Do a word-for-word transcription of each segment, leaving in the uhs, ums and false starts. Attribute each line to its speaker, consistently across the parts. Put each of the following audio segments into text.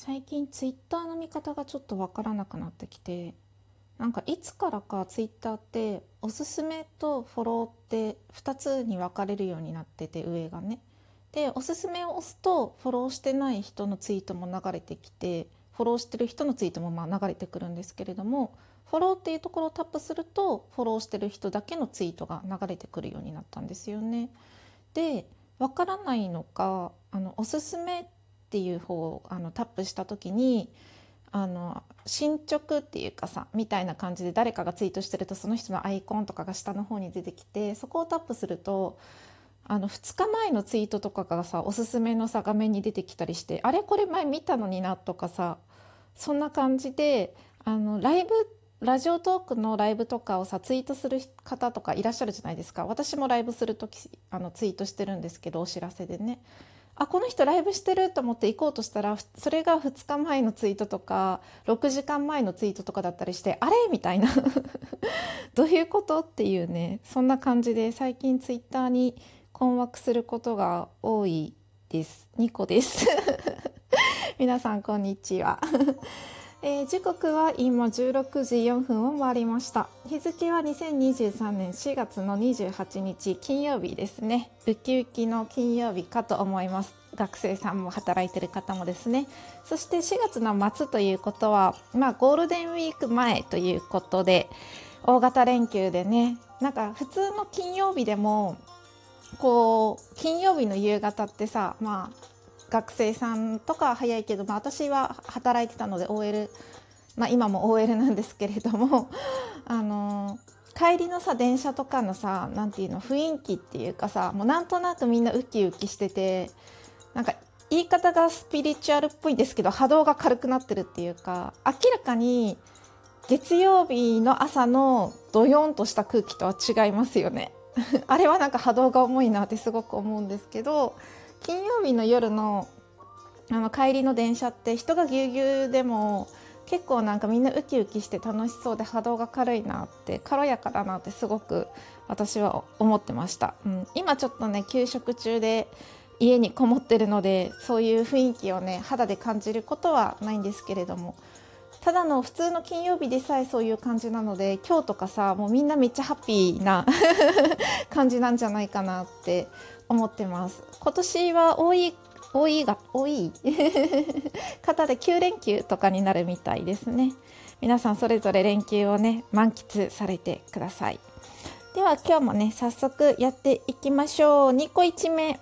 Speaker 1: 最近ツイッターの見方がちょっとわからなくなってきて、なんかいつからかツイッターっておすすめとフォローってふたつに分かれるようになってて、上がね。でおすすめを押すとフォローしてない人のツイートも流れてきて、フォローしてる人のツイートもまあ流れてくるんですけれども、フォローっていうところをタップするとフォローしてる人だけのツイートが流れてくるようになったんですよね。でわからないのか、あのおすすめっていう方をあのタップした時に、あの進捗っていうかさみたいな感じで誰かがツイートしてると、その人のアイコンとかが下の方に出てきて、そこをタップするとあのふつかまえのツイートとかがさ、おすすめのさ画面に出てきたりして、あれこれ前見たのになとかさ、そんな感じで、あのライブラジオトークのライブとかをさツイートする方とかいらっしゃるじゃないですか。私もライブするときあのツイートしてるんですけど、お知らせでね、あこの人ライブしてると思って行こうとしたら、それがふつかまえのツイートとかろくじかんまえのツイートとかだったりして、あれみたいなどういうことっていうね、そんな感じで最近ツイッターに困惑することが多いです。ニコです皆さんこんにちはえー、時刻は今じゅうろくじよんぷんを回りました。日付はにせんにじゅうさんねんしがつのにじゅうはちにち金曜日ですね。ウキウキの金曜日かと思います。学生さんも働いてる方もですね。そしてしがつの末ということは、まあ、ゴールデンウィーク前ということで、大型連休でね、なんか普通の金曜日でもこう金曜日の夕方ってさ、まあ学生さんとか早いけど、まあ、私は働いてたので オーエル、まあ、今も オーエル なんですけれどもあの帰りのさ電車とかのさ、なんていうの、雰囲気っていうかさ、もうなんとなくみんなウキウキしてて、なんか言い方がスピリチュアルっぽいんですけど、波動が軽くなってるっていうか、明らかに月曜日の朝のドヨンとした空気とは違いますよねあれはなんか波動が重いなってすごく思うんですけど、金曜日の夜のあの帰りの電車って人がぎゅうぎゅうでも結構なんかみんなウキウキして楽しそうで、波動が軽いなって、軽やかだなってすごく私は思ってました、うん、今ちょっとね休職中で家にこもってるので、そういう雰囲気をね肌で感じることはないんですけれども、ただの普通の金曜日でさえそういう感じなので、今日とかさもうみんなめっちゃハッピーな感じなんじゃないかなって思ってます。今年は多い多いが多い方できゅうれんきゅうとかになるみたいですね。皆さんそれぞれ連休をね満喫されてください。では今日もね早速やっていきましょう。にこいちめ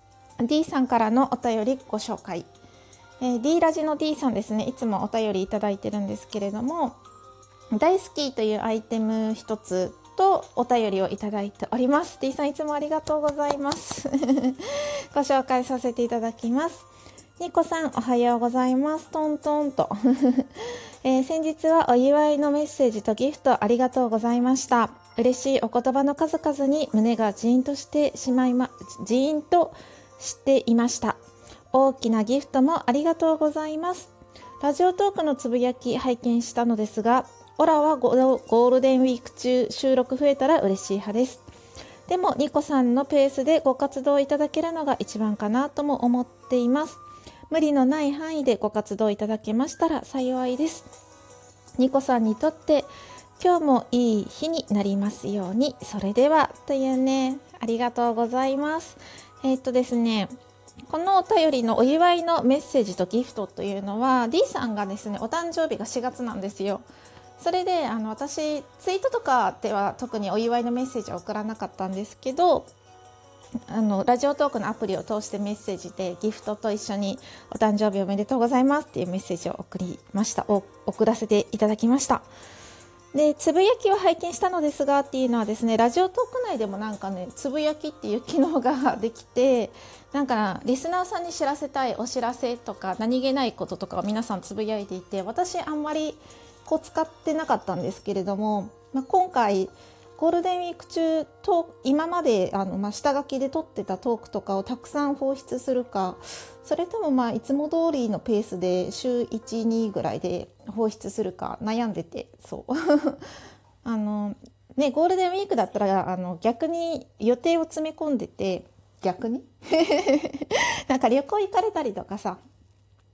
Speaker 1: D さんからのお便りご紹介。えー、D ラジの D さんですね、いつもお便りいただいてるんですけれども、大好きというアイテム一つとお便りをいただいております。 D さんいつもありがとうございますご紹介させていただきます。ニコさんおはようございます。トントンと、えー、先日はお祝いのメッセージとギフトありがとうございました。嬉しいお言葉の数々に胸がジーンとしてしまいまジーンとしていました。大きなギフトもありがとうございます。ラジオトークのつぶやき拝見したのですが、オラはゴールデンウィーク中収録増えたら嬉しい派です。でもニコさんのペースでご活動いただけるのが一番かなとも思っています。無理のない範囲でご活動いただけましたら幸いです。ニコさんにとって今日もいい日になりますように。それではというね、ありがとうございます。えー、っとですねこのお便りのお祝いのメッセージとギフトというのは D さんがですねお誕生日がしがつなんですよ。それであの私ツイートとかでは特にお祝いのメッセージを送らなかったんですけど、あのラジオトークのアプリを通してメッセージでギフトと一緒にお誕生日おめでとうございますっていうメッセージを送りましたお送らせていただきました。でつぶやきを拝見したのですがっていうのはですね、ラジオトーク内でもなんかねつぶやきっていう機能ができて、なんかリスナーさんに知らせたいお知らせとか何気ないこととかを皆さんつぶやいていて、私あんまりこう使ってなかったんですけれども、まあ、今回ゴールデンウィーク中と今まであの、まあ、下書きで撮ってたトークとかをたくさん放出するか、それともまあいつも通りのペースで週いち、にぐらいで放出するか悩んでて、そうあのねゴールデンウィークだったらあの逆に予定を詰め込んでて、逆になんか旅行行かれたりとかさ、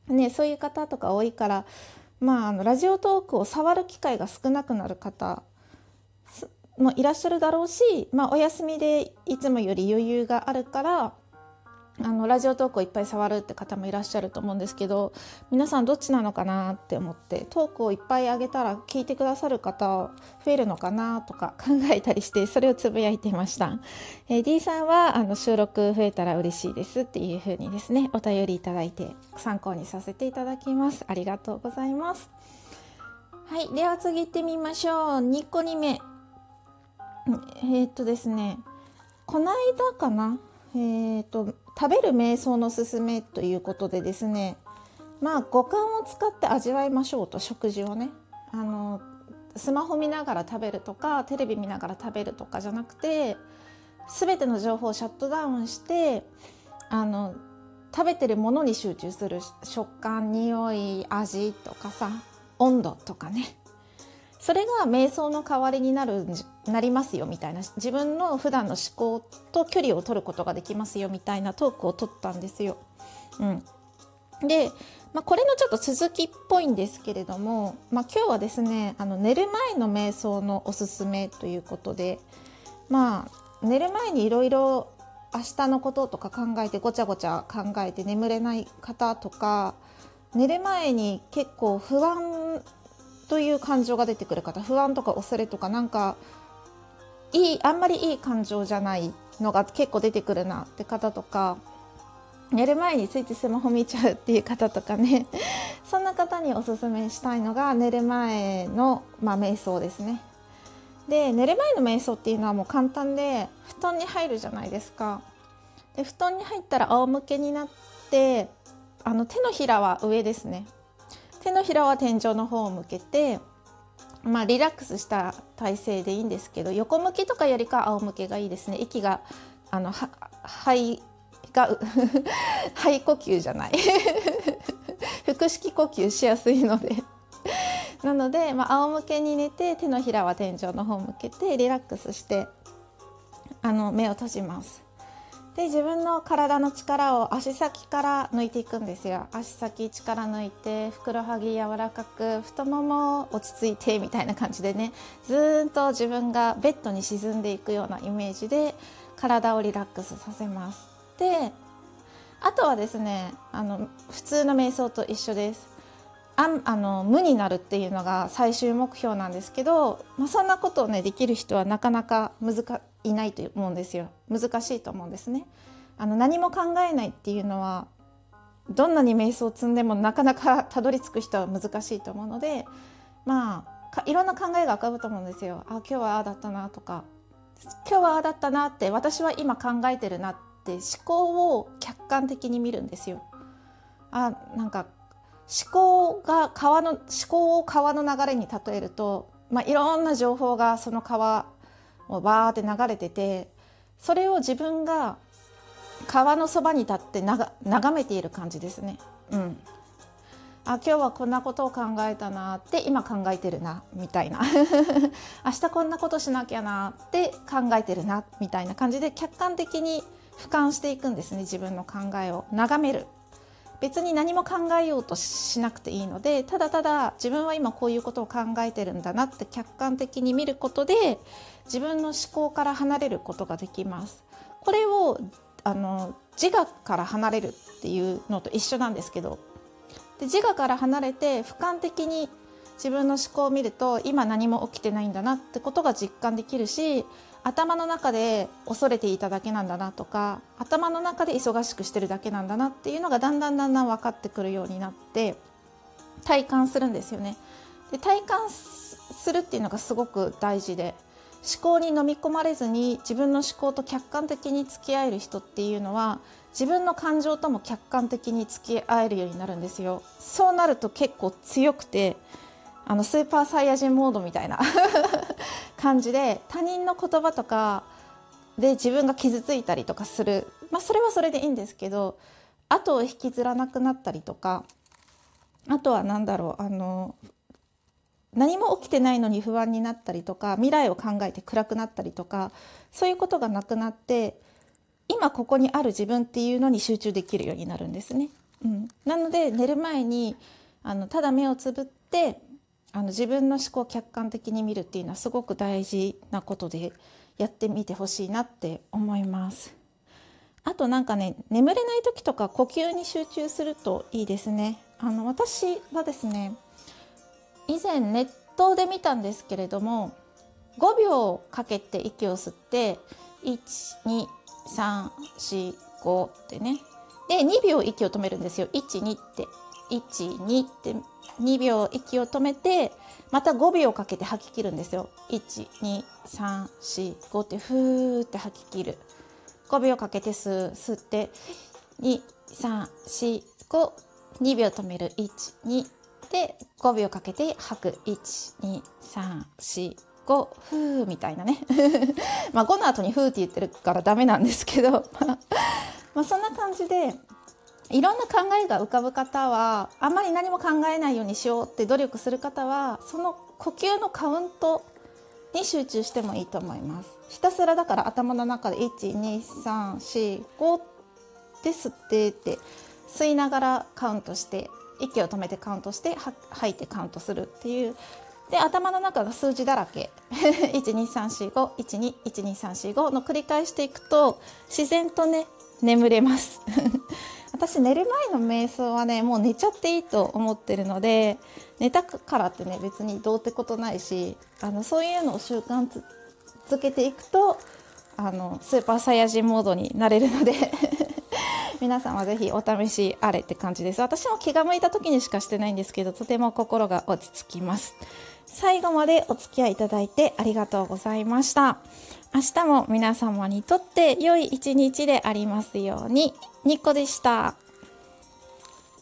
Speaker 1: ね、そういう方とか多いから、まあ、あのラジオトークを触る機会が少なくなる方もいらっしゃるだろうし、まあ、お休みでいつもより余裕があるからあのラジオトークをいっぱい触るって方もいらっしゃると思うんですけど、皆さんどっちなのかなって思って、トークをいっぱい上げたら聞いてくださる方増えるのかなとか考えたりして、それをつぶやいていました。えー、D さんはあの収録増えたら嬉しいですっていう風にですね、お便りいただいて参考にさせていただきます。ありがとうございます。はい、では次行ってみましょう。にこにめ、えー、っとですねこの間かな、えー、と食べる瞑想のすすめということでですね、まあ五感を使って味わいましょうと、食事をね、あのスマホ見ながら食べるとかテレビ見ながら食べるとかじゃなくて、全ての情報をシャットダウンして、あの食べてるものに集中する。食感、匂い、味とかさ、温度とかね、それが瞑想の代わりになるなりますよみたいな、自分の普段の思考と距離を取ることができますよみたいなトークを取ったんですよ。うん、で、まあ、これのちょっと続きっぽいんですけれども、まあ、今日はですねあの寝る前の瞑想のおすすめということで、まあ寝る前にいろいろ明日のこととか考えてごちゃごちゃ考えて眠れない方とか、寝る前に結構不安という感情が出てくる方、不安とか恐れとか、なんかいいあんまりいい感情じゃないのが結構出てくるなって方とか、寝る前についてスマホ見ちゃうっていう方とかねそんな方におすすめしたいのが寝る前の、まあ、瞑想ですね。で、寝る前の瞑想っていうのはもう簡単で、布団に入るじゃないですか。で、布団に入ったら仰向けになって、あの手のひらは上ですね。手のひらは天井の方を向けて、まあ、リラックスした体勢でいいんですけど、横向きとかよりか仰向けがいいですね。息があのは肺が肺呼吸じゃない腹式呼吸しやすいのでなので、まあ、仰向けに寝て、手のひらは天井の方を向けてリラックスしてあの目を閉じます。で、自分の体の力を足先から抜いていくんですよ。足先力抜いて、ふくらはぎ柔らかく、太もも落ち着いてみたいな感じでね、ずーっと自分がベッドに沈んでいくようなイメージで体をリラックスさせます。で、あとはですね、あの普通の瞑想と一緒です。ああの無になるっていうのが最終目標なんですけど、まあ、そんなことをねできる人はなかなか難いないと思うんですよ。難しいと思うんですね。あの何も考えないっていうのは、どんなに瞑想を積んでもなかなかたどり着く人は難しいと思うので、まあいろんな考えが浮かぶと思うんですよ。あ、今日はああだったなとか、今日はああだったなって、私は今考えてるなって思考を客観的に見るんですよ。あ、なんか思考が川の思考を川の流れに例えると、まあ、いろんな情報がその川をバーって流れてて、それを自分が川のそばに立ってなが眺めている感じですね。うん、あ、今日はこんなことを考えたなって今考えてるなみたいな明日こんなことしなきゃなって考えてるなみたいな感じで、客観的に俯瞰していくんですね。自分の考えを眺める。別に何も考えようとしなくていいので、ただただ自分は今こういうことを考えてるんだなって客観的に見ることで、自分の思考から離れることができます。これをあの自我から離れるっていうのと一緒なんですけど、で自我から離れて俯瞰的に自分の思考を見ると、今何も起きてないんだなってことが実感できるし、頭の中で恐れていただけなんだなとか、頭の中で忙しくしてるだけなんだなっていうのがだんだんだんだん分かってくるようになって体感するんですよね。で、体感するっていうのがすごく大事で、思考に飲み込まれずに自分の思考と客観的に付き合える人っていうのは、自分の感情とも客観的に付き合えるようになるんですよ。そうなると結構強くて、あのスーパーサイヤ人モードみたいな感じで、他人の言葉とかで自分が傷ついたりとかする、まあ、それはそれでいいんですけど、後を引きずらなくなったりとか、あとは何だろう、あの何も起きてないのに不安になったりとか、未来を考えて暗くなったりとか、そういうことがなくなって、今ここにある自分っていうのに集中できるようになるんですね。 うん、なので寝る前にあのただ目をつぶってあの自分の思考を客観的に見るっていうのはすごく大事なことで、やってみてほしいなって思います。あとなんかね、眠れない時とか呼吸に集中するといいですね。あの私はですね、以前ネットで見たんですけれども、ごびょうかけて息を吸っていちにさんよんごってね、でにびょう息を止めるんですよ。いちにっていちにってにびょう息を止めて、またごびょうかけて吐き切るんですよ。いちにさんよんごってふーって吐き切る。ごびょうかけて吸う、吸ってにさんよんご、にびょう止める、いちにでごびょうかけて吐く、いちにさんよんご、ふーみたいなねまあごの後にふーって言ってるからダメなんですけどまあそんな感じで、いろんな考えが浮かぶ方は、あんまり何も考えないようにしようって努力する方は、その呼吸のカウントに集中してもいいと思います。ひたすらだから頭の中でいちにさんよんごって吸ってって吸いながらカウントして、息を止めてカウントして、吐いてカウントするっていう、で頭の中が数字だらけいちにさんよんご、いちに、いちにさんよんごの繰り返していくと自然とね眠れます私寝る前の瞑想はね、もう寝ちゃっていいと思ってるので、寝たからってね別にどうってことないし、あのそういうのを習慣つ続けていくとあのスーパーサイヤ人モードになれるので皆さんはぜひお試しあれって感じです。私も気が向いた時にしかしてないんですけど、とても心が落ち着きます。最後までお付き合いいただいてありがとうございました。明日も皆様にとって良い一日でありますように。ニッコでした。